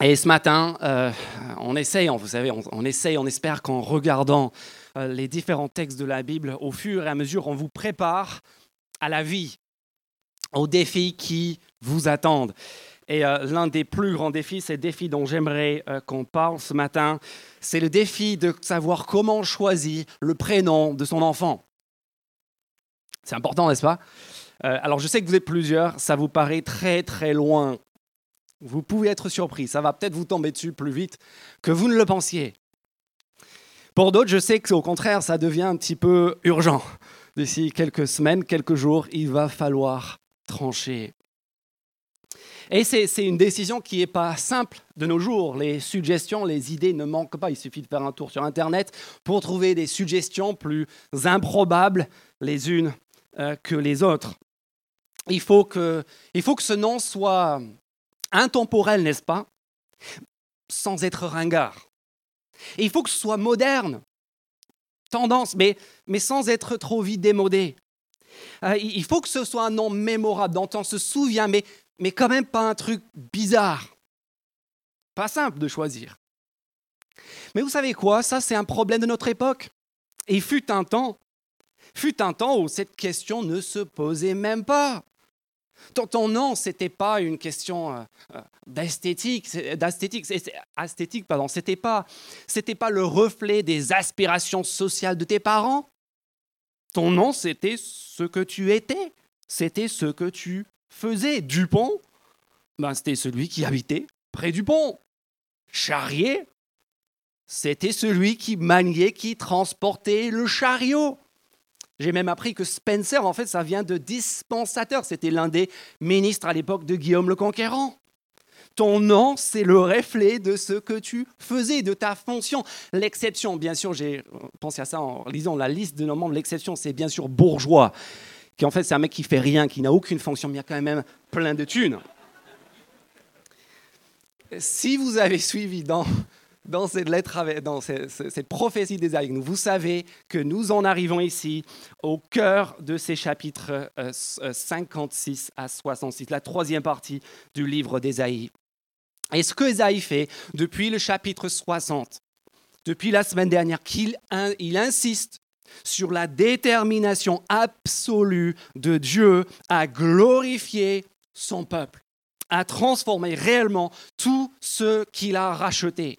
Et ce matin, on espère qu'en regardant les différents textes de la Bible, au fur et à mesure, on vous prépare à la vie, aux défis qui vous attendent. Et l'un des plus grands défis, c'est le défi dont j'aimerais qu'on parle ce matin, c'est le défi de savoir comment choisir le prénom de son enfant. C'est important, n'est-ce pas ? Alors, je sais que vous êtes plusieurs, ça vous paraît très, très loin. Vous pouvez être surpris, ça va peut-être vous tomber dessus plus vite que vous ne le pensiez. Pour d'autres, je sais qu'au contraire, ça devient un petit peu urgent. D'ici quelques semaines, quelques jours, il va falloir trancher. Et c'est une décision qui n'est pas simple de nos jours. Les suggestions, les idées ne manquent pas. Il suffit de faire un tour sur Internet pour trouver des suggestions plus improbables les unes que les autres. Il faut que ce nom soit intemporel, n'est-ce pas ? Sans être ringard. Et il faut que ce soit moderne, tendance, mais sans être trop vite démodé. Il faut que ce soit un nom mémorable, dont on se souvient, mais quand même pas un truc bizarre. Pas simple de choisir. Mais vous savez quoi ? Ça, c'est un problème de notre époque. Et il fut un temps où cette question ne se posait même pas. Ton nom, ce n'était pas une question d'esthétique. C'était pas le reflet des aspirations sociales de tes parents. Ton nom, c'était ce que tu étais. C'était ce que tu faisais. Dupont, c'était celui qui habitait près du pont. Charrier, c'était celui qui maniait, qui transportait le chariot. J'ai même appris que Spencer, en fait, ça vient de dispensateur. C'était l'un des ministres à l'époque de Guillaume le Conquérant. Ton nom, c'est le reflet de ce que tu faisais, de ta fonction. L'exception, bien sûr, j'ai pensé à ça en lisant la liste de nos membres. L'exception, c'est bien sûr bourgeois, qui en fait, c'est un mec qui fait rien, qui n'a aucune fonction, mais il y a quand même plein de thunes. Si vous avez suivi dans cette lettre, dans cette prophétie d'Ésaïe, vous savez que nous en arrivons ici au cœur de ces chapitres 56 à 66, la troisième partie du livre d'Ésaïe. Et ce que Ésaïe fait depuis le chapitre 60, depuis la semaine dernière, il insiste sur la détermination absolue de Dieu à glorifier son peuple, à transformer réellement tout ce qu'il a racheté.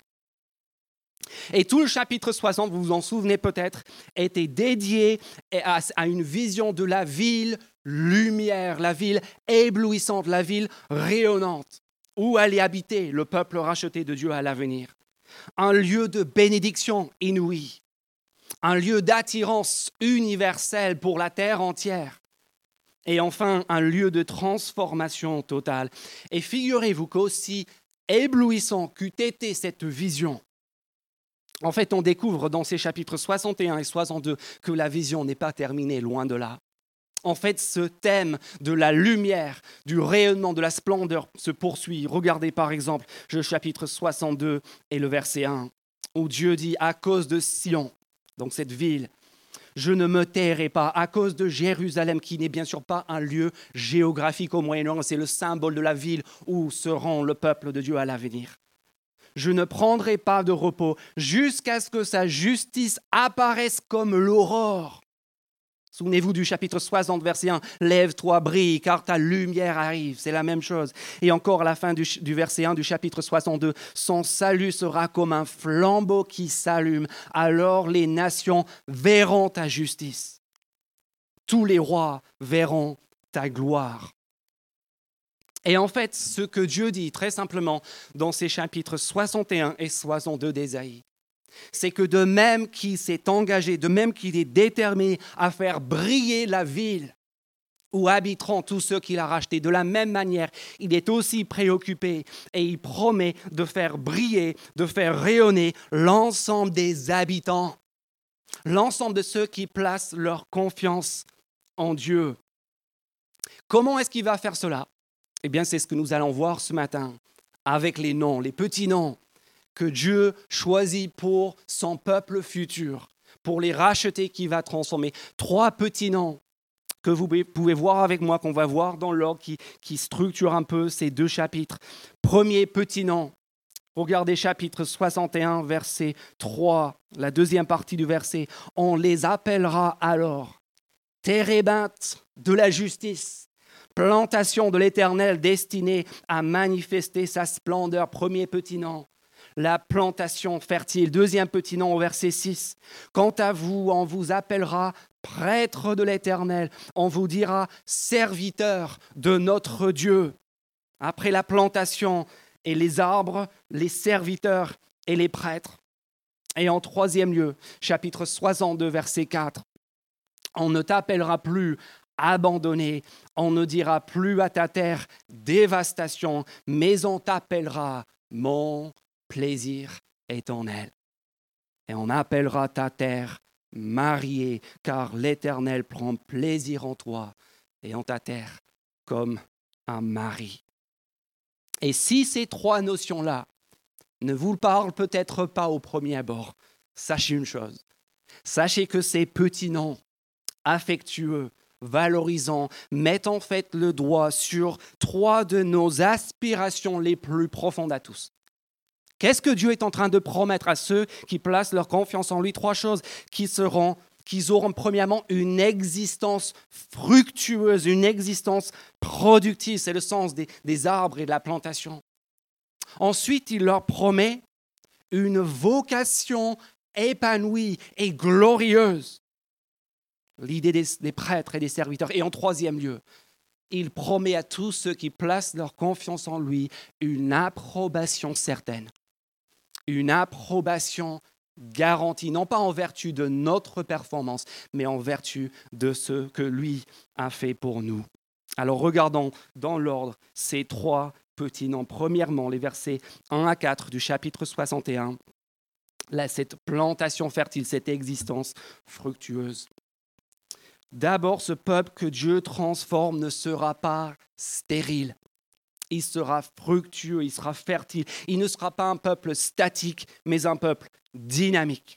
Et tout le chapitre 60, vous vous en souvenez peut-être, était dédié à une vision de la ville lumière, la ville éblouissante, la ville rayonnante, où allait habiter le peuple racheté de Dieu à l'avenir. Un lieu de bénédiction inouïe, un lieu d'attirance universelle pour la terre entière. Et enfin, un lieu de transformation totale. Et figurez-vous qu'aussi éblouissant qu'eût été cette vision, en fait, on découvre dans ces chapitres 61 et 62 que la vision n'est pas terminée, loin de là. En fait, ce thème de la lumière, du rayonnement, de la splendeur se poursuit. Regardez par exemple le chapitre 62 et le verset 1, où Dieu dit « À cause de Sion », donc cette ville, « je ne me tairai pas. À cause de Jérusalem, qui n'est bien sûr pas un lieu géographique au Moyen-Orient, c'est le symbole de la ville où se rend le peuple de Dieu à l'avenir. Je ne prendrai pas de repos jusqu'à ce que sa justice apparaisse comme l'aurore. » Souvenez-vous du chapitre 60, verset 1. « Lève-toi, brille, car ta lumière arrive. » C'est la même chose. Et encore à la fin du verset 1 du chapitre 62. « Son salut sera comme un flambeau qui s'allume. Alors les nations verront ta justice. Tous les rois verront ta gloire. » Et en fait, ce que Dieu dit très simplement dans ces chapitres 61 et 62 d'Ésaïe, c'est que de même qu'il s'est engagé, de même qu'il est déterminé à faire briller la ville où habiteront tous ceux qu'il a rachetés, de la même manière, il est aussi préoccupé et il promet de faire briller, de faire rayonner l'ensemble des habitants, l'ensemble de ceux qui placent leur confiance en Dieu. Comment est-ce qu'il va faire cela ? Eh bien, c'est ce que nous allons voir ce matin avec les noms, les petits noms que Dieu choisit pour son peuple futur, pour les racheter qu'il va transformer. 3 petits noms que vous pouvez voir avec moi, qu'on va voir dans l'ordre qui structure un peu ces 2 chapitres. Premier petit nom, Regardez chapitre 61, verset 3, la deuxième partie du verset. On les appellera alors térébintes de la justice, plantation de l'Éternel destinée à manifester sa splendeur. Premier petit nom, la plantation fertile. Deuxième petit nom au verset 6. Quant à vous, on vous appellera prêtre de l'Éternel. On vous dira serviteur de notre Dieu. Après la plantation et les arbres, les serviteurs et les prêtres. Et en troisième lieu, chapitre 62, verset 4. On ne t'appellera plus abandonné, on ne dira plus à ta terre dévastation, mais on t'appellera mon plaisir éternel. Et on appellera ta terre mariée, car l'Éternel prend plaisir en toi et en ta terre comme un mari. Et si ces trois notions-là ne vous parlent peut-être pas au premier abord, sachez une chose, sachez que ces petits noms affectueux, valorisants, mettent en fait le doigt sur trois de nos aspirations les plus profondes à tous. Qu'est-ce que Dieu est en train de promettre à ceux qui placent leur confiance en lui? Trois choses qu'ils auront premièrement une existence fructueuse, une existence productive, c'est le sens des arbres et de la plantation. Ensuite, il leur promet une vocation épanouie et glorieuse. L'idée des prêtres et des serviteurs. Et en troisième lieu, il promet à tous ceux qui placent leur confiance en lui une approbation certaine. Une approbation garantie, non pas en vertu de notre performance, mais en vertu de ce que lui a fait pour nous. Alors regardons dans l'ordre ces trois petits noms. Premièrement, les versets 1 à 4 du chapitre 61. Là, cette plantation fertile, cette existence fructueuse. D'abord, ce peuple que Dieu transforme ne sera pas stérile. Il sera fructueux, il sera fertile. Il ne sera pas un peuple statique, mais un peuple dynamique.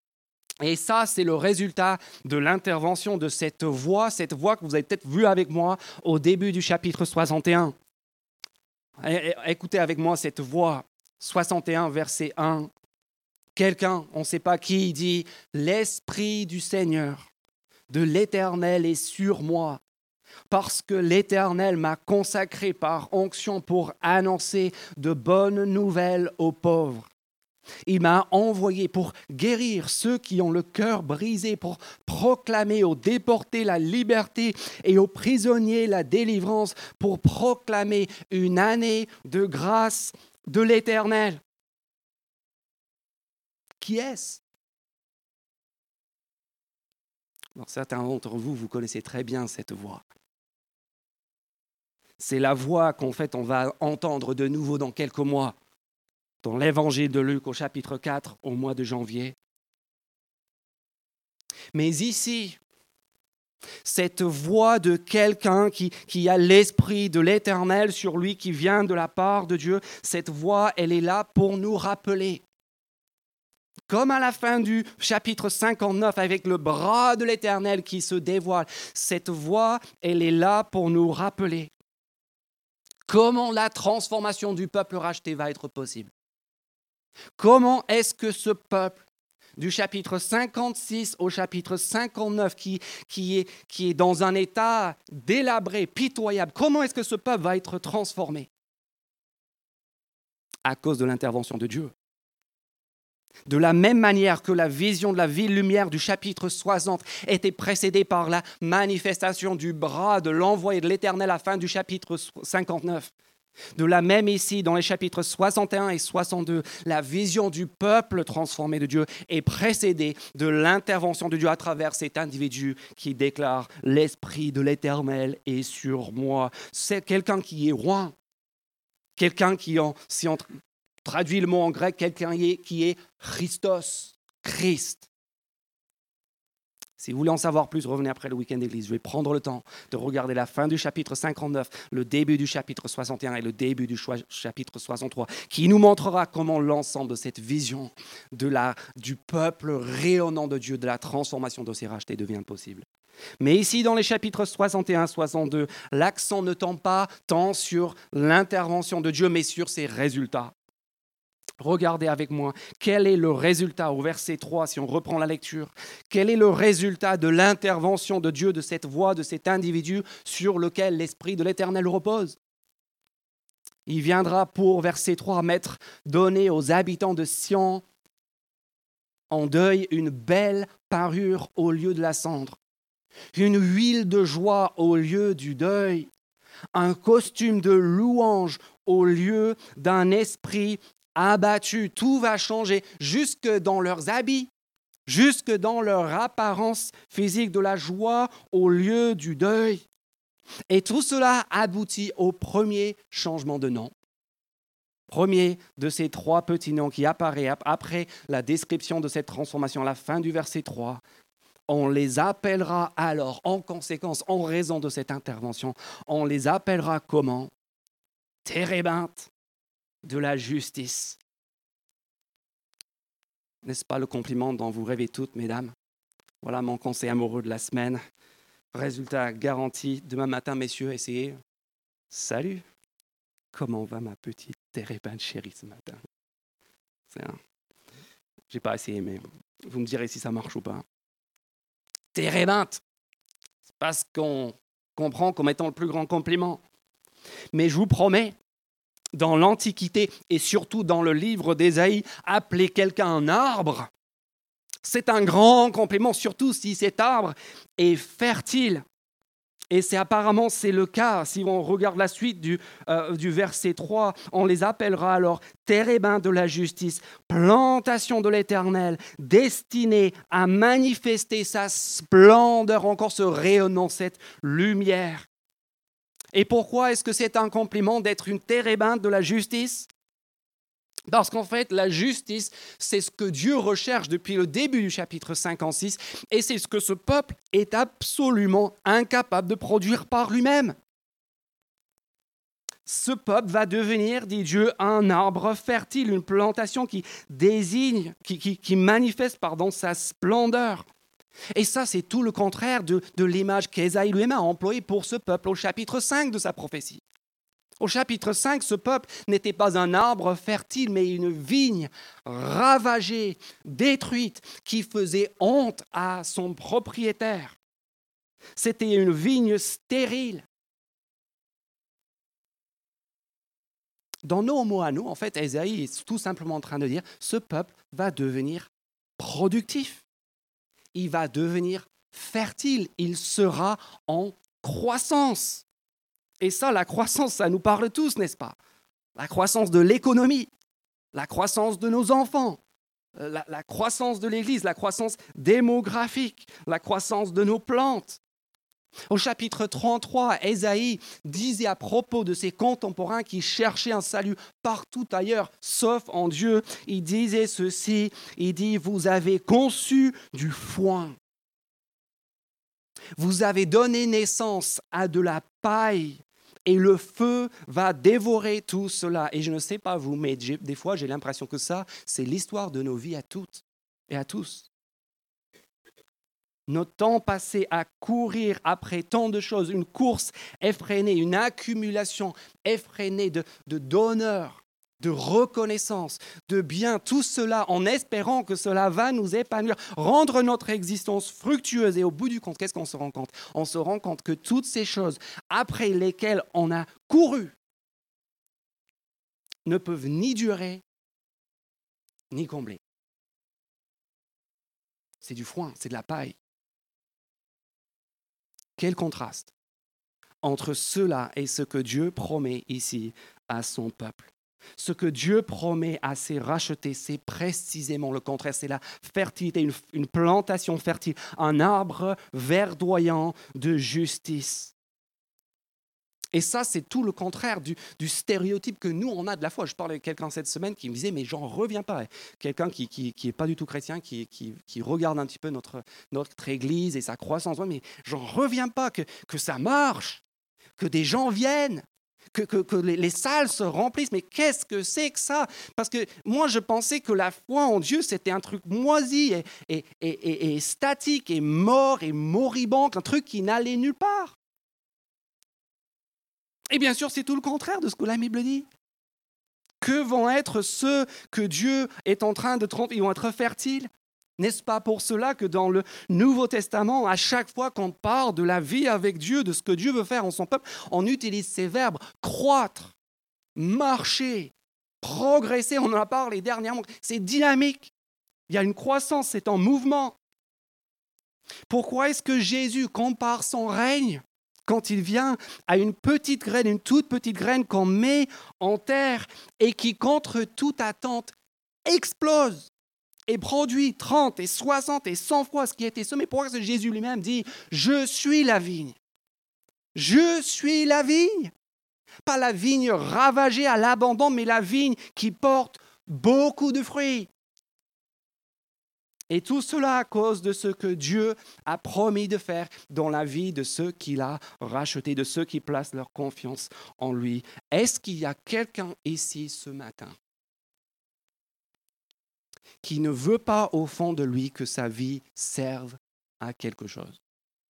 Et ça, c'est le résultat de l'intervention de cette voix que vous avez peut-être vue avec moi au début du chapitre 61. Écoutez avec moi cette voix, 61, verset 1. Quelqu'un, on ne sait pas qui, dit « L'Esprit du Seigneur de l'Éternel est sur moi, parce que l'Éternel m'a consacré par onction pour annoncer de bonnes nouvelles aux pauvres. Il m'a envoyé pour guérir ceux qui ont le cœur brisé, pour proclamer aux déportés la liberté et aux prisonniers la délivrance, pour proclamer une année de grâce de l'Éternel. » Qui est-ce? Alors, certains d'entre vous, vous connaissez très bien cette voix. C'est la voix qu'en fait on va entendre de nouveau dans quelques mois, dans l'évangile de Luc au chapitre 4, au mois de janvier. Mais ici, cette voix de quelqu'un qui a l'Esprit de l'Éternel sur lui, qui vient de la part de Dieu, cette voix, elle est là pour nous rappeler. Comme à la fin du chapitre 59, avec le bras de l'Éternel qui se dévoile, cette voix, elle est là pour nous rappeler comment la transformation du peuple racheté va être possible. Comment est-ce que ce peuple, du chapitre 56 au chapitre 59, qui est dans un état délabré, pitoyable, comment est-ce que ce peuple va être transformé? À cause de l'intervention de Dieu. De la même manière que la vision de la ville-lumière du chapitre 60 était précédée par la manifestation du bras de l'envoyé de l'Éternel à la fin du chapitre 59. De la même ici, dans les chapitres 61 et 62, la vision du peuple transformé de Dieu est précédée de l'intervention de Dieu à travers cet individu qui déclare « L'Esprit de l'Éternel est sur moi ». C'est quelqu'un qui est roi, quelqu'un qui, si on traduit le mot en grec, quelqu'un qui est Christos, Christ. Si vous voulez en savoir plus, revenez après le week-end d'église. Je vais prendre le temps de regarder la fin du chapitre 59, le début du chapitre 61 et le début du chapitre 63, qui nous montrera comment l'ensemble de cette vision du peuple rayonnant de Dieu, de la transformation de ses rachetés devient possible. Mais ici, dans les chapitres 61 et 62, l'accent ne tombe pas tant sur l'intervention de Dieu, mais sur ses résultats. Regardez avec moi, quel est le résultat au verset 3, si on reprend la lecture, quel est le résultat de l'intervention de Dieu, de cette voix, de cet individu sur lequel l'Esprit de l'Éternel repose? Il viendra pour, verset 3, donner aux habitants de Sion en deuil une belle parure au lieu de la cendre, une huile de joie au lieu du deuil, un costume de louange au lieu d'un esprit abattu. Tout va changer jusque dans leurs habits, jusque dans leur apparence physique, de la joie au lieu du deuil. Et tout cela aboutit au premier changement de nom. Premier de ces trois petits noms qui apparaît après la description de cette transformation à la fin du verset 3. On les appellera alors, en conséquence, en raison de cette intervention, on les appellera comment? Térébinthes de la justice. N'est-ce pas le compliment dont vous rêvez toutes, mesdames? Voilà mon conseil amoureux de la semaine. Résultat garanti. Demain matin, messieurs, essayez. Salut. Comment va ma petite térébinthe chérie ce matin? J'ai pas essayé, mais vous me direz si ça marche ou pas. Térébinthe. C'est pas ce qu'on comprend comme étant le plus grand compliment. Mais je vous promets, dans l'Antiquité et surtout dans le livre d'Ésaïe, appeler quelqu'un un arbre, c'est un grand compliment, surtout si cet arbre est fertile. Et apparemment, c'est le cas. Si on regarde la suite du verset 3, on les appellera alors térébinthes de la justice, plantation de l'Éternel, destinée à manifester sa splendeur, encore ce rayonnant, cette lumière. Et pourquoi est-ce que c'est un compliment d'être une térébinthe de la justice? Parce qu'en fait, la justice, c'est ce que Dieu recherche depuis le début du chapitre 56, et c'est ce que ce peuple est absolument incapable de produire par lui-même. Ce peuple va devenir, dit Dieu, un arbre fertile, une plantation qui désigne, qui manifeste sa splendeur. Et ça, c'est tout le contraire de l'image qu'Ésaïe lui-même a employée pour ce peuple au chapitre 5 de sa prophétie. Au chapitre 5, ce peuple n'était pas un arbre fertile, mais une vigne ravagée, détruite, qui faisait honte à son propriétaire. C'était une vigne stérile. Dans nos mots à nous, en fait, Ésaïe est tout simplement en train de dire, ce peuple va devenir productif. Il va devenir fertile. Il sera en croissance. Et ça, la croissance, ça nous parle tous, n'est-ce pas? La croissance de l'économie, la croissance de nos enfants, la croissance de l'Église, la croissance démographique, la croissance de nos plantes. Au chapitre 33, Ésaïe disait à propos de ses contemporains qui cherchaient un salut partout ailleurs, sauf en Dieu, il disait ceci, il dit « Vous avez conçu du foin, vous avez donné naissance à de la paille, et le feu va dévorer tout cela. » Et je ne sais pas vous, mais des fois j'ai l'impression que ça, c'est l'histoire de nos vies à toutes et à tous. Notre temps passé à courir après tant de choses, une course effrénée, une accumulation effrénée d'honneur, de reconnaissance, de biens, tout cela en espérant que cela va nous épanouir, rendre notre existence fructueuse. Et au bout du compte, qu'est-ce qu'on se rend compte? On se rend compte que toutes ces choses après lesquelles on a couru ne peuvent ni durer, ni combler. C'est du foin, c'est de la paille. Quel contraste entre cela et ce que Dieu promet ici à son peuple. Ce que Dieu promet à ses rachetés, c'est précisément le contraire. C'est la fertilité, une plantation fertile, un arbre verdoyant de justice. Et ça, c'est tout le contraire du stéréotype que nous, on a de la foi. Je parlais avec quelqu'un cette semaine qui me disait, mais j'en reviens pas. Quelqu'un qui est pas du tout chrétien, qui regarde un petit peu notre Église et sa croissance. Ouais, mais j'en reviens pas que ça marche, que des gens viennent, que les salles se remplissent. Mais qu'est-ce que c'est que ça? Parce que moi, je pensais que la foi en Dieu, c'était un truc moisi et statique et mort et moribond, un truc qui n'allait nulle part. Et bien sûr, c'est tout le contraire de ce que la Bible dit. Que vont être ceux que Dieu est en train de tromper? Ils vont être fertiles. N'est-ce pas pour cela que dans le Nouveau Testament, à chaque fois qu'on parle de la vie avec Dieu, de ce que Dieu veut faire en son peuple, on utilise ces verbes croître, marcher, progresser. On en a parlé dernièrement. C'est dynamique. Il y a une croissance, c'est en mouvement. Pourquoi est-ce que Jésus compare son règne quand il vient à une petite graine, une toute petite graine qu'on met en terre et qui, contre toute attente, explose et produit 30 et 60 et 100 fois ce qui a été semé? Pourquoi est-ce que Jésus lui-même dit « Je suis la vigne ». Je suis la vigne. Pas la vigne ravagée à l'abandon, mais la vigne qui porte beaucoup de fruits. Et tout cela à cause de ce que Dieu a promis de faire dans la vie de ceux qu'il a rachetés, de ceux qui placent leur confiance en lui. Est-ce qu'il y a quelqu'un ici ce matin qui ne veut pas au fond de lui que sa vie serve à quelque chose?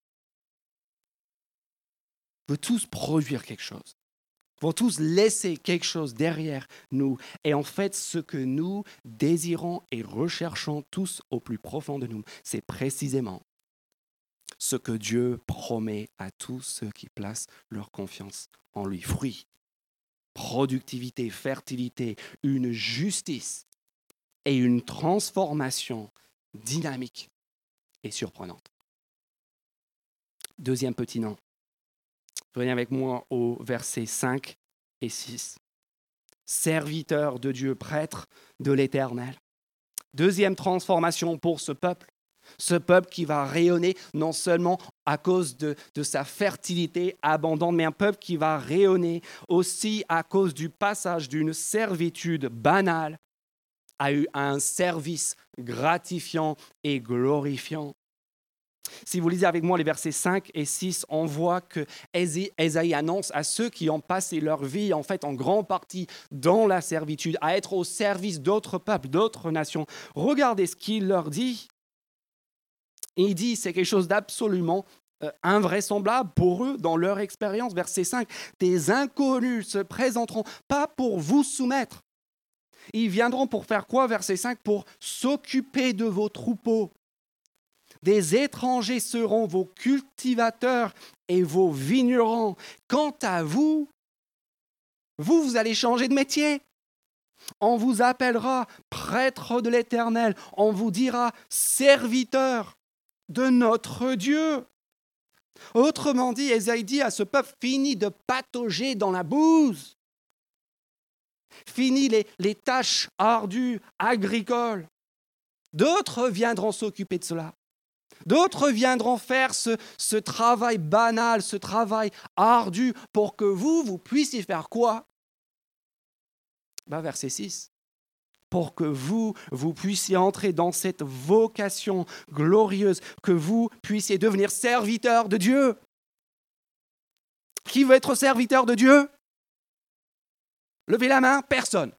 On veut tous produire quelque chose. Pour tous laisser quelque chose derrière nous. Et en fait, ce que nous désirons et recherchons tous au plus profond de nous, c'est précisément ce que Dieu promet à tous ceux qui placent leur confiance en lui. Fruits, productivité, fertilité, une justice et une transformation dynamique et surprenante. Deuxième petit nom. Venez avec moi au verset 5 et 6. Serviteur de Dieu, prêtre de l'Éternel. Deuxième transformation pour ce peuple qui va rayonner non seulement à cause de sa fertilité abondante, mais un peuple qui va rayonner aussi à cause du passage d'une servitude banale à un service gratifiant et glorifiant. Si vous lisez avec moi les versets 5 et 6, on voit que Ésaïe annonce à ceux qui ont passé leur vie, en fait, en grande partie dans la servitude, à être au service d'autres peuples, d'autres nations. Regardez ce qu'il leur dit. Il dit, c'est quelque chose d'absolument invraisemblable pour eux dans leur expérience. Verset 5, « Des inconnus se présenteront, pas pour vous soumettre. Ils viendront pour faire quoi, verset 5 ? Pour s'occuper de vos troupeaux. Des étrangers seront vos cultivateurs et vos vignerons. Quant à vous, vous allez changer de métier. On vous appellera prêtre de l'Éternel. On vous dira serviteur de notre Dieu. » Autrement dit, Ésaïe dit à ce peuple, fini de patauger dans la bouse. Fini les tâches ardues, agricoles. D'autres viendront s'occuper de cela. D'autres viendront faire ce travail banal, ce travail ardu, pour que vous puissiez faire quoi ? Verset 6. Pour que vous puissiez entrer dans cette vocation glorieuse, que vous puissiez devenir serviteur de Dieu. Qui veut être serviteur de Dieu ? Levez la main, personne.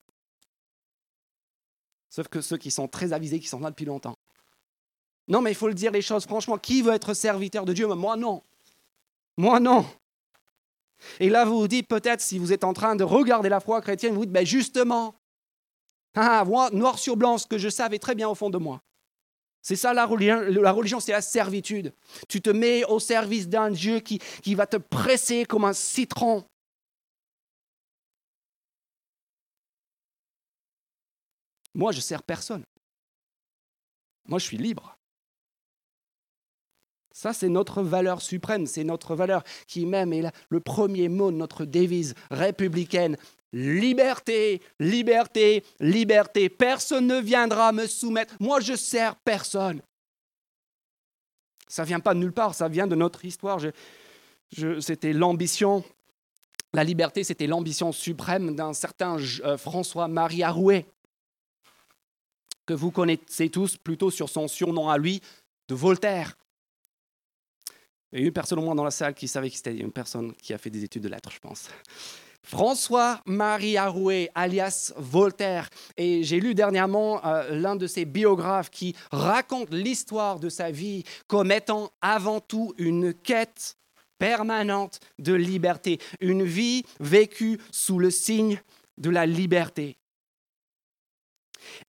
Sauf que ceux qui sont très avisés, qui sont là depuis longtemps. Non, mais il faut le dire les choses franchement. Qui veut être serviteur de Dieu ? Moi, non. Moi, non. Et là, vous vous dites peut-être, si vous êtes en train de regarder la foi chrétienne, vous dites, justement, moi, noir sur blanc, ce que je savais très bien au fond de moi. C'est ça la religion, c'est la servitude. Tu te mets au service d'un Dieu qui va te presser comme un citron. Moi, je ne sers personne. Moi, je suis libre. Ça, c'est notre valeur suprême, c'est notre valeur qui même est le premier mot de notre devise républicaine. Liberté, liberté, liberté. Personne ne viendra me soumettre. Moi, je ne sers personne. Ça ne vient pas de nulle part, ça vient de notre histoire. C'était l'ambition. La liberté, c'était l'ambition suprême d'un certain François-Marie Arouet, que vous connaissez tous plutôt sur son surnom à lui, de Voltaire. Il y a une personne au moins dans la salle qui savait que c'était une personne qui a fait des études de lettres, je pense. François-Marie Arouet, alias Voltaire. Et j'ai lu dernièrement l'un de ses biographes qui raconte l'histoire de sa vie comme étant avant tout une quête permanente de liberté. Une vie vécue sous le signe de la liberté.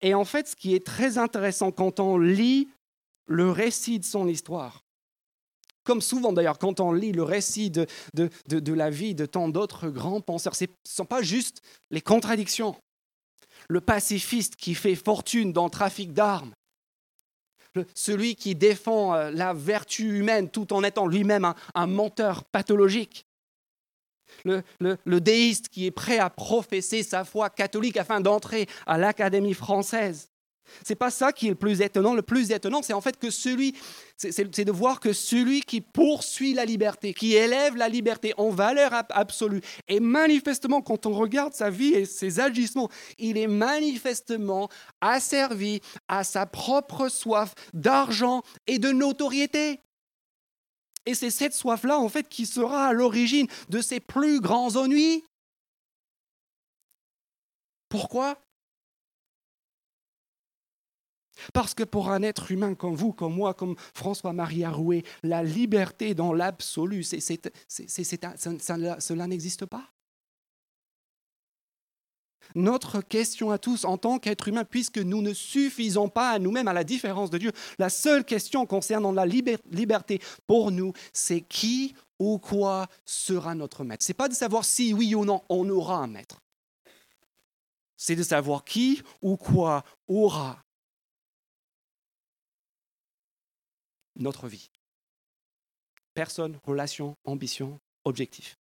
Et en fait, ce qui est très intéressant quand on lit le récit de son histoire, comme souvent d'ailleurs quand on lit le récit de la vie de tant d'autres grands penseurs, ce ne sont pas juste les contradictions. Le pacifiste qui fait fortune dans le trafic d'armes, celui qui défend la vertu humaine tout en étant lui-même un menteur pathologique, le déiste qui est prêt à professer sa foi catholique afin d'entrer à l'Académie française. Ce n'est pas ça qui est le plus étonnant. Le plus étonnant, c'est en fait que c'est de voir que celui qui poursuit la liberté, qui élève la liberté en valeur absolue, et manifestement, quand on regarde sa vie et ses agissements, il est manifestement asservi à sa propre soif d'argent et de notoriété. Et c'est cette soif-là, en fait, qui sera à l'origine de ses plus grands ennuis. Pourquoi ? Parce que pour un être humain comme vous, comme moi, comme François-Marie Arouet, la liberté dans l'absolu, cela n'existe pas. Notre question à tous en tant qu'être humain, puisque nous ne suffisons pas à nous-mêmes à la différence de Dieu, la seule question concernant la liberté pour nous, c'est qui ou quoi sera notre maître. Ce n'est pas de savoir si oui ou non on aura un maître. C'est de savoir qui ou quoi aura notre vie. Personne, relation, ambition, objectif.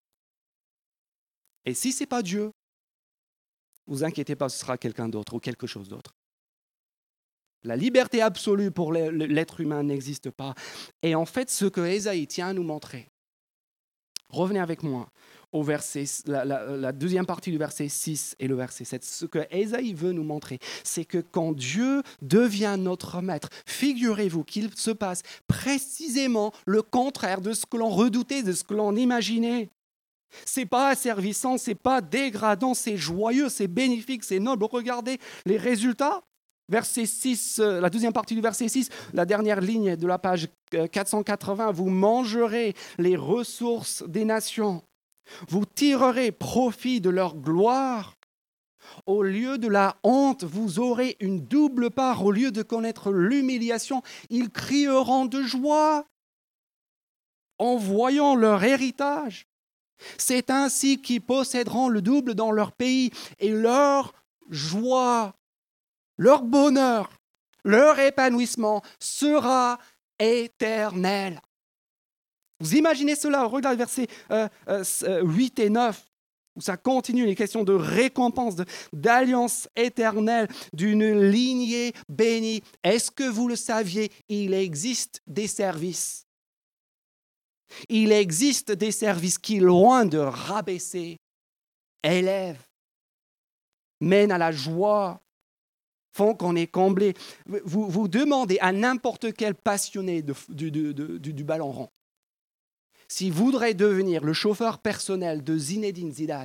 Et si ce n'est pas Dieu, vous inquiétez pas, ce sera quelqu'un d'autre ou quelque chose d'autre. La liberté absolue pour l'être humain n'existe pas. Et en fait, ce que Ésaïe tient à nous montrer, revenez avec moi au verset, la deuxième partie du verset 6 et le verset 7. Ce que Ésaïe veut nous montrer, c'est que quand Dieu devient notre maître, figurez-vous qu'il se passe précisément le contraire de ce que l'on redoutait, de ce que l'on imaginait. C'est pas asservissant, c'est pas dégradant, c'est joyeux, c'est bénéfique, c'est noble. Regardez les résultats. Verset 6, la deuxième partie du verset 6, la dernière ligne de la page 480. Vous mangerez les ressources des nations. Vous tirerez profit de leur gloire. Au lieu de la honte, vous aurez une double part. Au lieu de connaître l'humiliation, ils crieront de joie en voyant leur héritage. C'est ainsi qu'ils posséderont le double dans leur pays et leur joie, leur bonheur, leur épanouissement sera éternel. Vous imaginez cela, regardez versets 8 et 9, où ça continue, les questions de récompense, d'alliance éternelle, d'une lignée bénie. Est-ce que vous le saviez, il existe des services. Il existe des services qui, loin de rabaisser, élèvent, mènent à la joie, font qu'on est comblé. Vous demandez à n'importe quel passionné du ballon rond s'il voudrait devenir le chauffeur personnel de Zinedine Zidane.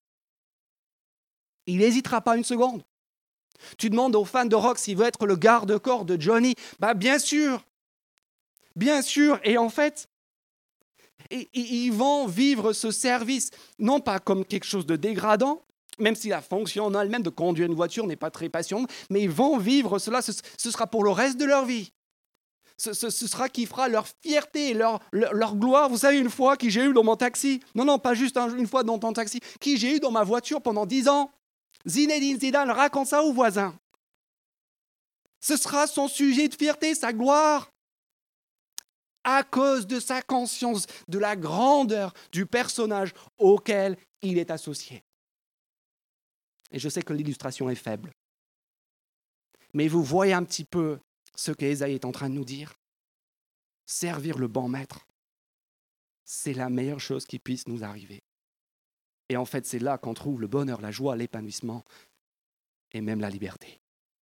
Il n'hésitera pas une seconde. Tu demandes aux fans de rock s'il veut être le garde-corps de Johnny. Bien sûr. Bien sûr. Et en fait, ils vont vivre ce service, non pas comme quelque chose de dégradant, même si la fonction en elle-même de conduire une voiture n'est pas très passionnante, mais ils vont vivre cela, ce sera pour le reste de leur vie. Ce sera qui fera leur fierté, leur gloire. Vous savez, une fois, qui j'ai eu dans mon taxi, non, pas juste une fois dans ton taxi, qui j'ai eu dans ma voiture pendant 10 ans. Zinedine Zidane raconte ça aux voisins. Ce sera son sujet de fierté, sa gloire, à cause de sa conscience de la grandeur du personnage auquel il est associé. Et je sais que l'illustration est faible. Mais vous voyez un petit peu ce qu'Ésaïe est en train de nous dire. Servir le bon maître, c'est la meilleure chose qui puisse nous arriver. Et en fait, c'est là qu'on trouve le bonheur, la joie, l'épanouissement et même la liberté.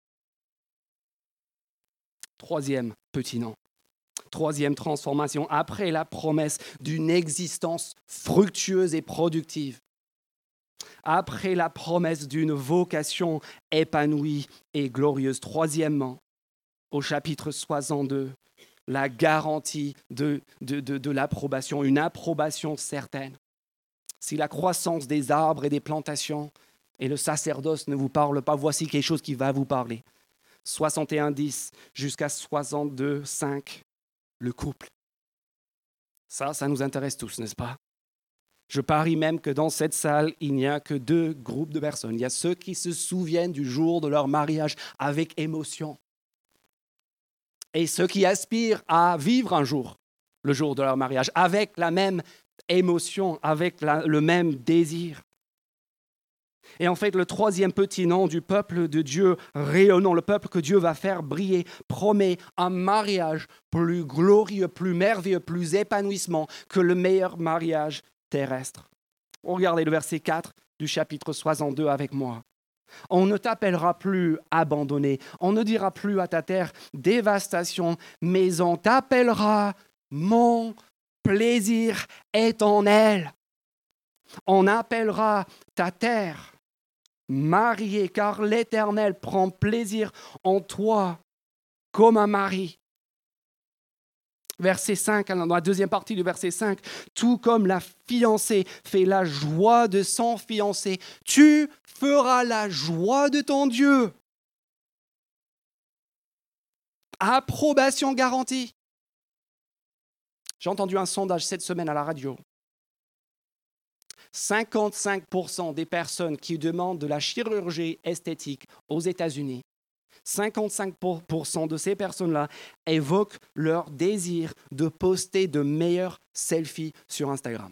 Troisième petit nom. Troisième transformation, après la promesse d'une existence fructueuse et productive. Après la promesse d'une vocation épanouie et glorieuse. Troisièmement, au chapitre 62, la garantie de l'approbation, une approbation certaine. Si la croissance des arbres et des plantations Et le sacerdoce ne vous parle pas, voici quelque chose qui va vous parler. 61-10 jusqu'à 62-5, le couple. Ça nous intéresse tous, n'est-ce pas? Je parie même que dans cette salle, il n'y a que 2 groupes de personnes. Il y a ceux qui se souviennent du jour de leur mariage avec émotion. Et ceux qui aspirent à vivre un jour, le jour de leur mariage, avec la même émotion, avec le même désir. Et en fait, le 3e petit nom du peuple de Dieu rayonnant, le peuple que Dieu va faire briller, promet un mariage plus glorieux, plus merveilleux, plus épanouissement que le meilleur mariage terrestre. Regardez le verset 4 du chapitre 62 avec moi. On ne t'appellera plus abandonné, on ne dira plus à ta terre dévastation, mais on t'appellera mon plaisir est en elle. On appellera ta terre mariée, car l'Éternel prend plaisir en toi comme un mari. Verset 5, dans la deuxième partie du verset 5, tout comme la fiancée fait la joie de son fiancé, tu feras la joie de ton Dieu. Approbation garantie. J'ai entendu un sondage cette semaine à la radio. 55% des personnes qui demandent de la chirurgie esthétique aux États-Unis, 55% de ces personnes-là évoquent leur désir de poster de meilleurs selfies sur Instagram.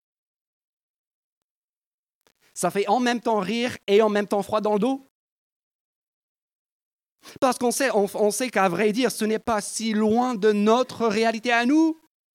Ça fait en même temps rire et en même temps froid dans le dos. Parce qu'on sait qu'à vrai dire, ce n'est pas si loin de notre réalité à nous.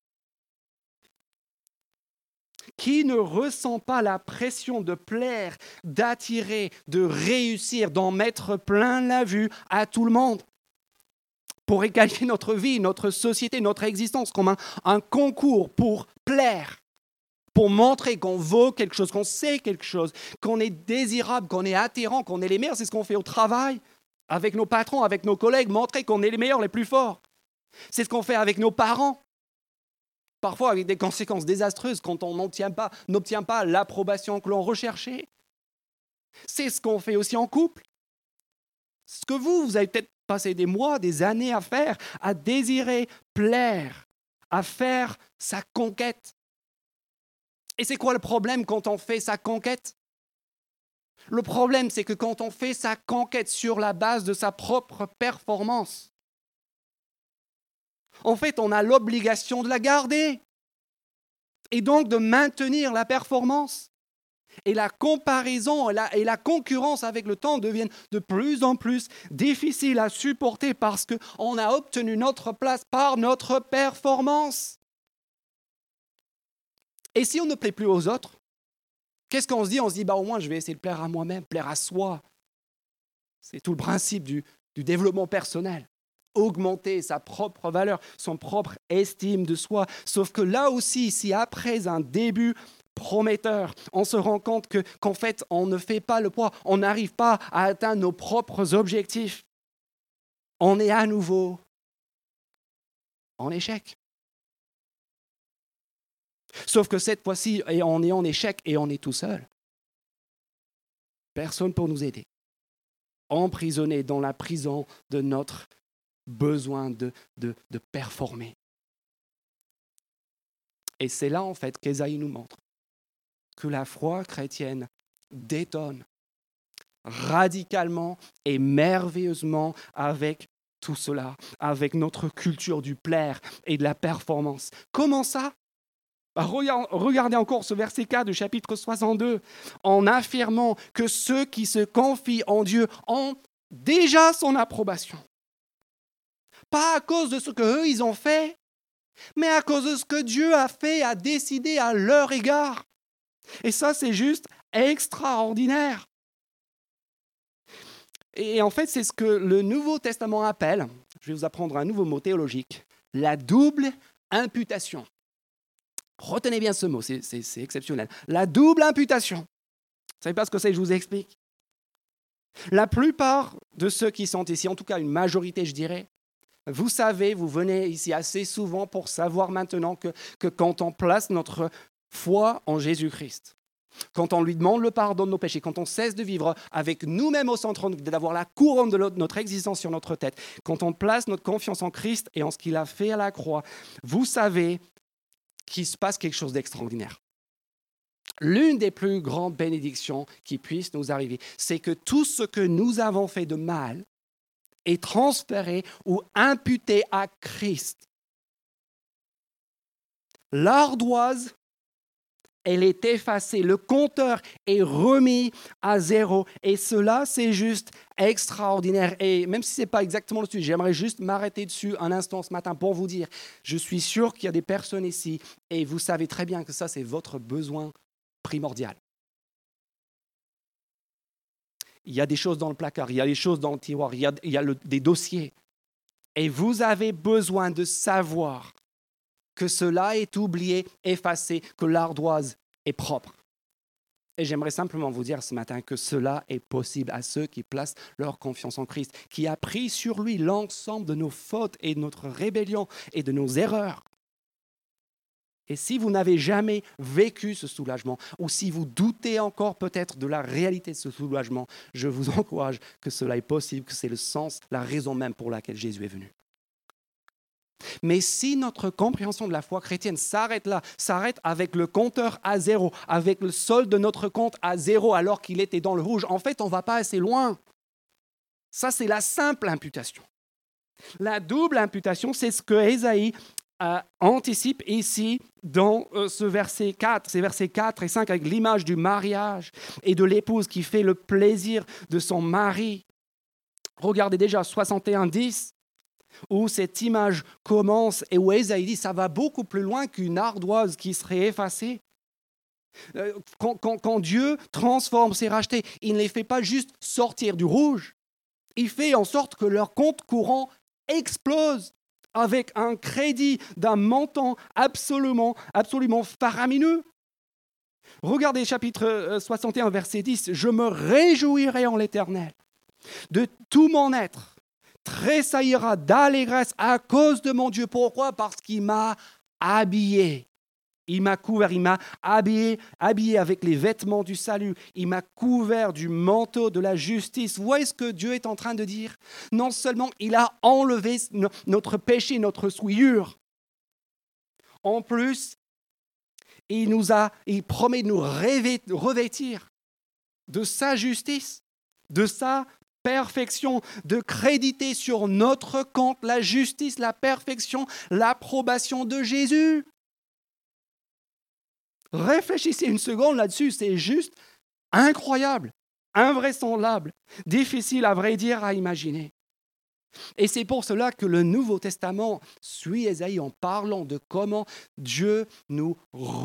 Qui ne ressent pas la pression de plaire, d'attirer, de réussir, d'en mettre plein la vue à tout le monde pour égaler notre vie, notre société, notre existence comme un concours pour plaire, pour montrer qu'on vaut quelque chose, qu'on sait quelque chose, qu'on est désirable, qu'on est attirant, qu'on est les meilleurs. C'est ce qu'on fait au travail, avec nos patrons, avec nos collègues, montrer qu'on est les meilleurs, les plus forts. C'est ce qu'on fait avec nos parents. Parfois avec des conséquences désastreuses quand on n'obtient pas l'approbation que l'on recherchait. C'est ce qu'on fait aussi en couple. Ce que vous avez peut-être passé des mois, des années à faire, à désirer plaire, à faire sa conquête. Et c'est quoi le problème quand on fait sa conquête? Le problème, c'est que quand on fait sa conquête sur la base de sa propre performance, en fait, on a l'obligation de la garder et donc de maintenir la performance. Et la comparaison et la concurrence avec le temps deviennent de plus en plus difficiles à supporter parce qu'on a obtenu notre place par notre performance. Et si on ne plaît plus aux autres, qu'est-ce qu'on se dit? On se dit, au moins je vais essayer de plaire à moi-même, plaire à soi. C'est tout le principe du développement personnel. Augmenter sa propre valeur, son propre estime de soi. Sauf que là aussi, si après un début prometteur, on se rend compte qu'en fait, on ne fait pas le poids, on n'arrive pas à atteindre nos propres objectifs, on est à nouveau en échec. Sauf que cette fois-ci, on est en échec et on est tout seul. Personne pour nous aider. Emprisonné dans la prison de notre besoin de performer. Et c'est là, en fait, qu'Ésaïe nous montre que la foi chrétienne détonne radicalement et merveilleusement avec tout cela, avec notre culture du plaire et de la performance. Comment ça? Regardez encore ce verset 4 du chapitre 62, en affirmant que ceux qui se confient en Dieu ont déjà son approbation. Pas à cause de ce qu'eux, ils ont fait, mais à cause de ce que Dieu a fait, a décidé à leur égard. Et ça, c'est juste extraordinaire. Et en fait, c'est ce que le Nouveau Testament appelle, je vais vous apprendre un nouveau mot théologique, la double imputation. Retenez bien ce mot, c'est exceptionnel. La double imputation. Vous ne savez pas ce que c'est, je vous explique. La plupart de ceux qui sont ici, en tout cas une majorité, je dirais, vous savez, vous venez ici assez souvent pour savoir maintenant que quand on place notre foi en Jésus-Christ, quand on lui demande le pardon de nos péchés, quand on cesse de vivre avec nous-mêmes au centre, d'avoir la couronne de notre existence sur notre tête, quand on place notre confiance en Christ et en ce qu'il a fait à la croix, vous savez qu'il se passe quelque chose d'extraordinaire. L'une des plus grandes bénédictions qui puisse nous arriver, c'est que tout ce que nous avons fait de mal est transféré ou imputé à Christ. L'ardoise, elle est effacée, le compteur est remis à zéro. Et cela, c'est juste extraordinaire. Et même si ce n'est pas exactement le sujet, j'aimerais juste m'arrêter dessus un instant ce matin pour vous dire, je suis sûr qu'il y a des personnes ici, et vous savez très bien que ça, c'est votre besoin primordial. Il y a des choses dans le placard, il y a des choses dans le tiroir, il y a des dossiers. Et vous avez besoin de savoir que cela est oublié, effacé, que l'ardoise est propre. Et j'aimerais simplement vous dire ce matin que cela est possible à ceux qui placent leur confiance en Christ, qui a pris sur lui l'ensemble de nos fautes et de notre rébellion et de nos erreurs. Et si vous n'avez jamais vécu ce soulagement, ou si vous doutez encore peut-être de la réalité de ce soulagement, je vous encourage que cela est possible, que c'est le sens, la raison même pour laquelle Jésus est venu. Mais si notre compréhension de la foi chrétienne s'arrête là, s'arrête avec le compteur à zéro, avec le solde de notre compte à zéro alors qu'il était dans le rouge, en fait, on ne va pas assez loin. Ça, c'est la simple imputation. La double imputation, c'est ce que Ésaïe anticipe ici dans ce verset 4, ces versets 4 et 5 avec l'image du mariage et de l'épouse qui fait le plaisir de son mari. Regardez déjà 61, 10. Où cette image commence et où Ésaïe dit ça va beaucoup plus loin qu'une ardoise qui serait effacée. Quand Dieu transforme ses rachetés, il ne les fait pas juste sortir du rouge, il fait en sorte que leur compte courant explose avec un crédit d'un montant absolument faramineux. Regardez chapitre 61, verset 10. « Je me réjouirai en l'Éternel de tout mon être. Tressaillira d'allégresse à cause de mon Dieu. » Pourquoi ? Parce qu'il m'a habillé. Il m'a couvert, il m'a habillé avec les vêtements du salut. Il m'a couvert du manteau de la justice. Vous voyez ce que Dieu est en train de dire ? Non seulement il a enlevé notre péché, notre souillure. En plus, il promet de nous revêtir de sa justice, de sa perfection, de créditer sur notre compte la justice, la perfection, l'approbation de Jésus. Réfléchissez une seconde là-dessus, c'est juste incroyable, invraisemblable, difficile à vrai dire à imaginer. Et c'est pour cela que le Nouveau Testament suit Ésaïe en parlant de comment Dieu nous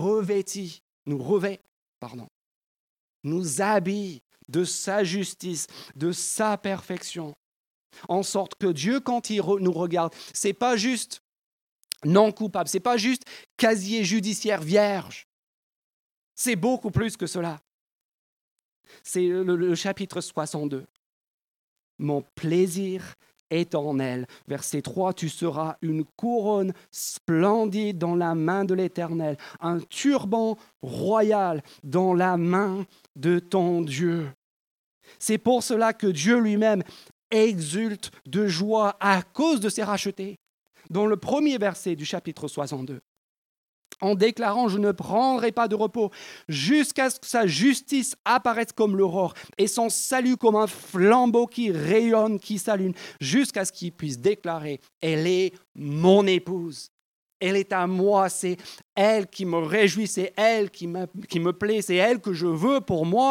nous habille de sa justice, de sa perfection, en sorte que Dieu, quand il nous regarde, c'est pas juste non coupable, c'est pas juste casier judiciaire vierge, c'est beaucoup plus que cela. C'est le chapitre 62. Mon plaisir est en elle. Verset 3, tu seras une couronne splendide dans la main de l'Éternel, un turban royal dans la main de ton Dieu. C'est pour cela que Dieu lui-même exulte de joie à cause de ses rachetés. Dans le premier verset du chapitre 62, en déclarant « Je ne prendrai pas de repos jusqu'à ce que sa justice apparaisse comme l'aurore et son salut comme un flambeau qui rayonne, qui s'allume, jusqu'à ce qu'il puisse déclarer « Elle est mon épouse, elle est à moi, c'est elle qui me réjouit, c'est elle qui me plaît, c'est elle que je veux pour moi. »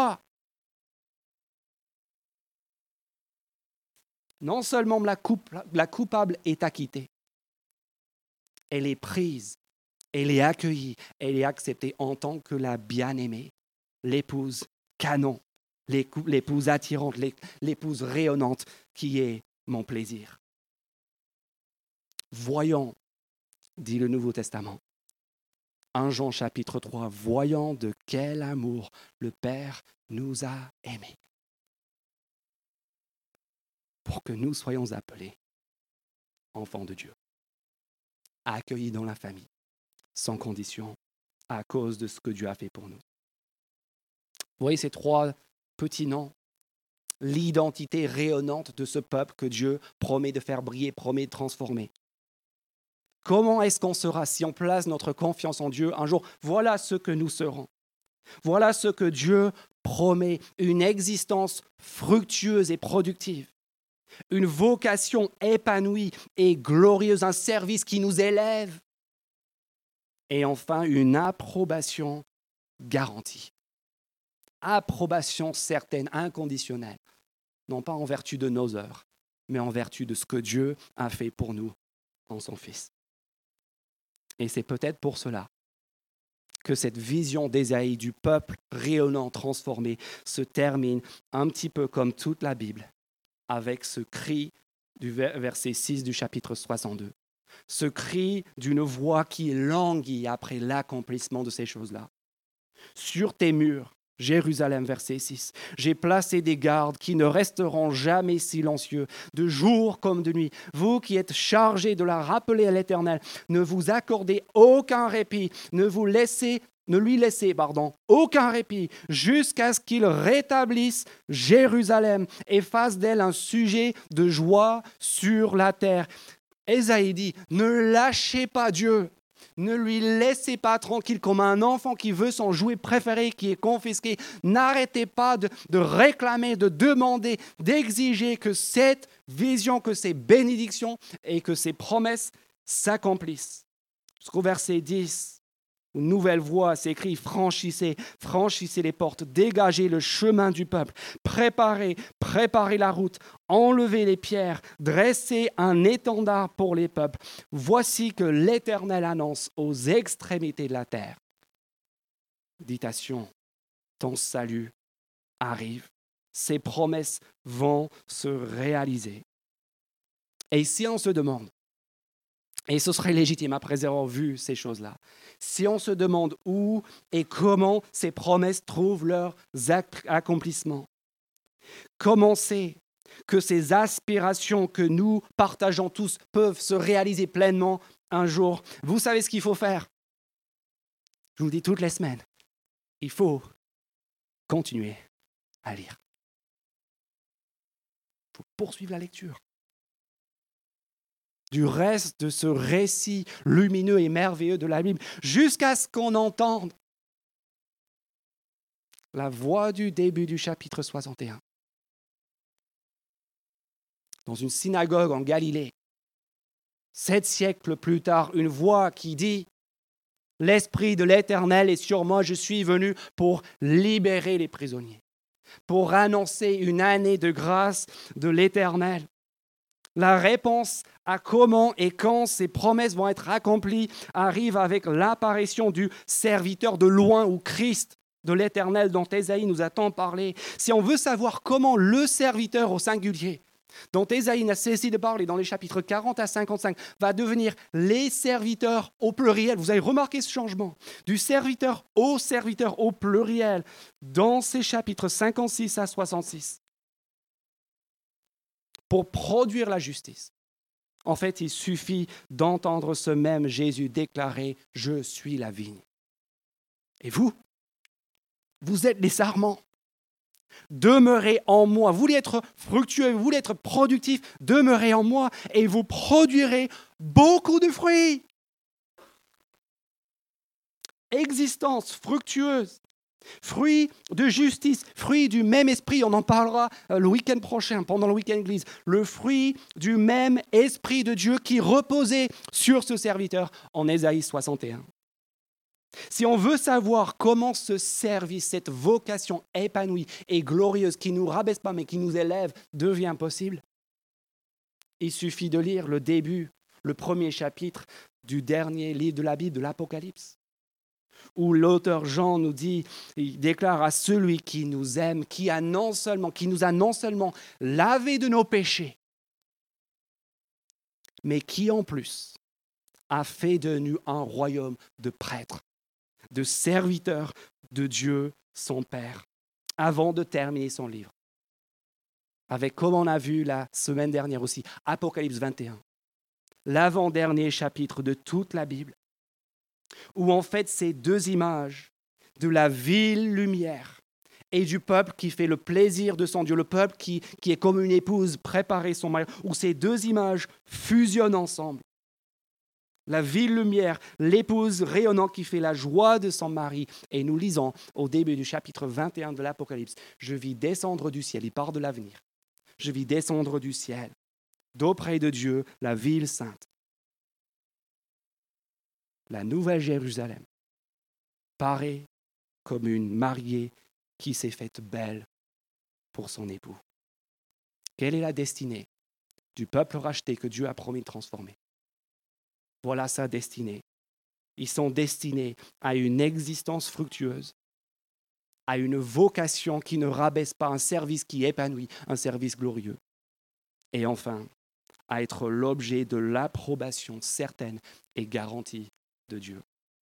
Non seulement la coupable est acquittée, elle est prise, elle est accueillie, elle est acceptée en tant que la bien-aimée, l'épouse canon, l'épouse attirante, l'épouse rayonnante qui est mon plaisir. Voyons, dit le Nouveau Testament, 1 Jean chapitre 3, voyons de quel amour le Père nous a aimés, pour que nous soyons appelés enfants de Dieu, accueillis dans la famille, sans condition, à cause de ce que Dieu a fait pour nous. Vous voyez ces trois petits noms? L'identité rayonnante de ce peuple que Dieu promet de faire briller, promet de transformer. Comment est-ce qu'on sera si on place notre confiance en Dieu un jour? Voilà ce que nous serons. Voilà ce que Dieu promet, une existence fructueuse et productive, une vocation épanouie et glorieuse, un service qui nous élève, et enfin une approbation garantie. Approbation certaine, inconditionnelle, non pas en vertu de nos œuvres, mais en vertu de ce que Dieu a fait pour nous en son Fils. Et c'est peut-être pour cela que cette vision d'Ésaïe du peuple rayonnant, transformé, se termine un petit peu comme toute la Bible, avec ce cri du verset 6 du chapitre 62. Ce cri d'une voix qui languit après l'accomplissement de ces choses-là. Sur tes murs, Jérusalem, verset 6, j'ai placé des gardes qui ne resteront jamais silencieux, de jour comme de nuit. Vous qui êtes chargés de la rappeler à l'Éternel, ne vous accordez aucun répit, ne lui laissez aucun répit, jusqu'à ce qu'il rétablisse Jérusalem et fasse d'elle un sujet de joie sur la terre. Ésaïe dit, ne lâchez pas Dieu. Ne lui laissez pas tranquille comme un enfant qui veut son jouet préféré qui est confisqué. N'arrêtez pas de réclamer, de demander, d'exiger que cette vision, que ces bénédictions et que ces promesses s'accomplissent. Jusqu'au verset 10, une nouvelle voix s'écrit, franchissez les portes, dégagez le chemin du peuple, préparez la route, enlevez les pierres, dressez un étendard pour les peuples. Voici que l'Éternel annonce aux extrémités de la terre. Ditation, ton salut arrive. Ces promesses vont se réaliser. Et si on se demande, et ce serait légitime après avoir vu ces choses-là, si on se demande où et comment ces promesses trouvent leur accomplissement, comment c'est que ces aspirations que nous partageons tous peuvent se réaliser pleinement un jour, vous savez ce qu'il faut faire? Je vous le dis toutes les semaines, il faut continuer à lire. Il faut poursuivre la lecture. Du reste de ce récit lumineux et merveilleux de la Bible, jusqu'à ce qu'on entende la voix du début du chapitre 61. Dans une synagogue en Galilée, 7 siècles plus tard, une voix qui dit « L'Esprit de l'Éternel est sur moi, je suis venu pour libérer les prisonniers, pour annoncer une année de grâce de l'Éternel. » La réponse à comment et quand ces promesses vont être accomplies arrive avec l'apparition du serviteur de loin ou Christ de l'Éternel dont Ésaïe nous a tant parlé. Si on veut savoir comment le serviteur au singulier, dont Ésaïe n'a cessé de parler dans les chapitres 40 à 55, va devenir les serviteurs au pluriel, vous avez remarqué ce changement, du serviteur au pluriel dans ces chapitres 56 à 66. Pour produire la justice. En fait, il suffit d'entendre ce même Jésus déclarer « Je suis la vigne ». Et vous êtes les sarments. Demeurez en moi. Vous voulez être fructueux, vous voulez être productif, demeurez en moi et vous produirez beaucoup de fruits. Existence fructueuse. Fruit de justice, fruit du même esprit, on en parlera le week-end prochain, pendant le week-end église. Le fruit du même esprit de Dieu qui reposait sur ce serviteur en Ésaïe 61. Si on veut savoir comment ce service, cette vocation épanouie et glorieuse qui ne nous rabaisse pas mais qui nous élève devient possible, il suffit de lire le début, le premier chapitre du dernier livre de la Bible, de l'Apocalypse, où l'auteur Jean nous dit, il déclare à celui qui nous aime, qui nous a non seulement lavé de nos péchés, mais qui en plus a fait de nous un royaume de prêtres, de serviteurs de Dieu son Père, avant de terminer son livre. Avec, comme on a vu la semaine dernière aussi, Apocalypse 21, l'avant-dernier chapitre de toute la Bible, où en fait ces deux images de la ville lumière et du peuple qui fait le plaisir de son Dieu, le peuple qui est comme une épouse préparée son mari, où ces deux images fusionnent ensemble. La ville lumière, l'épouse rayonnante qui fait la joie de son mari. Et nous lisons au début du chapitre 21 de l'Apocalypse, je vis descendre du ciel, il parle de l'avenir. Je vis descendre du ciel, d'auprès de Dieu, la ville sainte, la nouvelle Jérusalem, paraît comme une mariée qui s'est faite belle pour son époux. Quelle est la destinée du peuple racheté que Dieu a promis de transformer? Voilà sa destinée. Ils sont destinés à une existence fructueuse, à une vocation qui ne rabaisse pas, un service qui épanouit, un service glorieux. Et enfin, à être l'objet de l'approbation certaine et garantie de Dieu.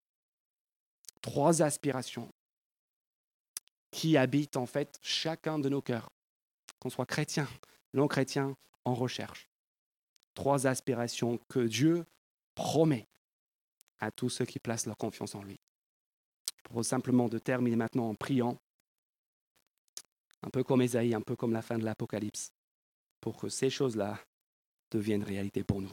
3 aspirations qui habitent en fait chacun de nos cœurs, qu'on soit chrétien, non chrétien, en recherche. 3 aspirations que Dieu promet à tous ceux qui placent leur confiance en lui. Je propose simplement de terminer maintenant en priant, un peu comme Ésaïe, un peu comme la fin de l'Apocalypse, pour que ces choses-là deviennent réalité pour nous.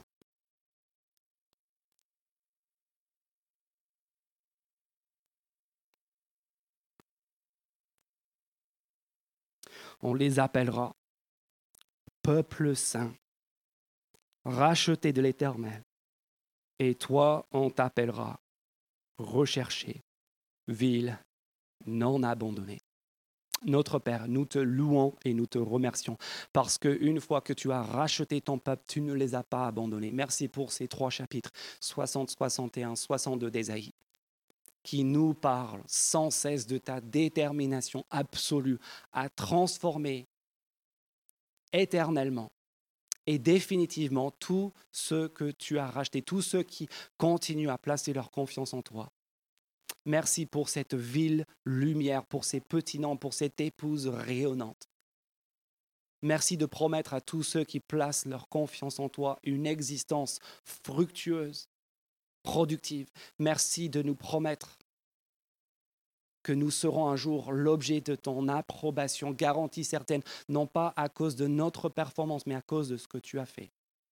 On les appellera peuple saint, racheté de l'Éternel. Et toi, on t'appellera recherché, ville non abandonnée. Notre Père, nous te louons et nous te remercions parce qu'une fois que tu as racheté ton peuple, tu ne les as pas abandonnés. Merci pour ces 3 chapitres, 60, 61, 62 d'Ésaïe, qui nous parlent sans cesse de ta détermination absolue à transformer éternellement et définitivement tous ceux que tu as rachetés, tous ceux qui continuent à placer leur confiance en toi. Merci pour cette ville lumière, pour ces petits noms, pour cette épouse rayonnante. Merci de promettre à tous ceux qui placent leur confiance en toi une existence fructueuse, productive. Merci de nous promettre que nous serons un jour l'objet de ton approbation, garantie certaine, non pas à cause de notre performance, mais à cause de ce que tu as fait.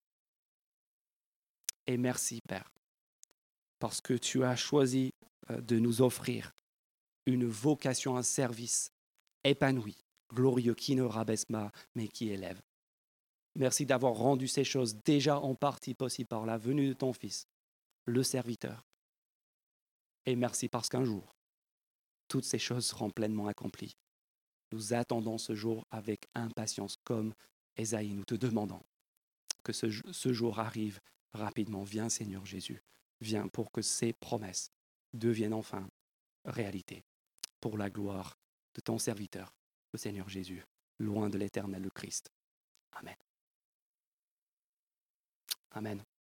Et merci, Père, parce que tu as choisi de nous offrir une vocation, un service épanoui, glorieux, qui ne rabaisse pas, mais qui élève. Merci d'avoir rendu ces choses déjà en partie possibles par la venue de ton Fils, le serviteur. Et merci parce qu'un jour, toutes ces choses seront pleinement accomplies. Nous attendons ce jour avec impatience, comme Ésaïe, nous te demandons que ce jour arrive rapidement. Viens, Seigneur Jésus, viens pour que ces promesses deviennent enfin réalité, pour la gloire de ton serviteur, le Seigneur Jésus, loin de l'Éternel, le Christ. Amen. Amen.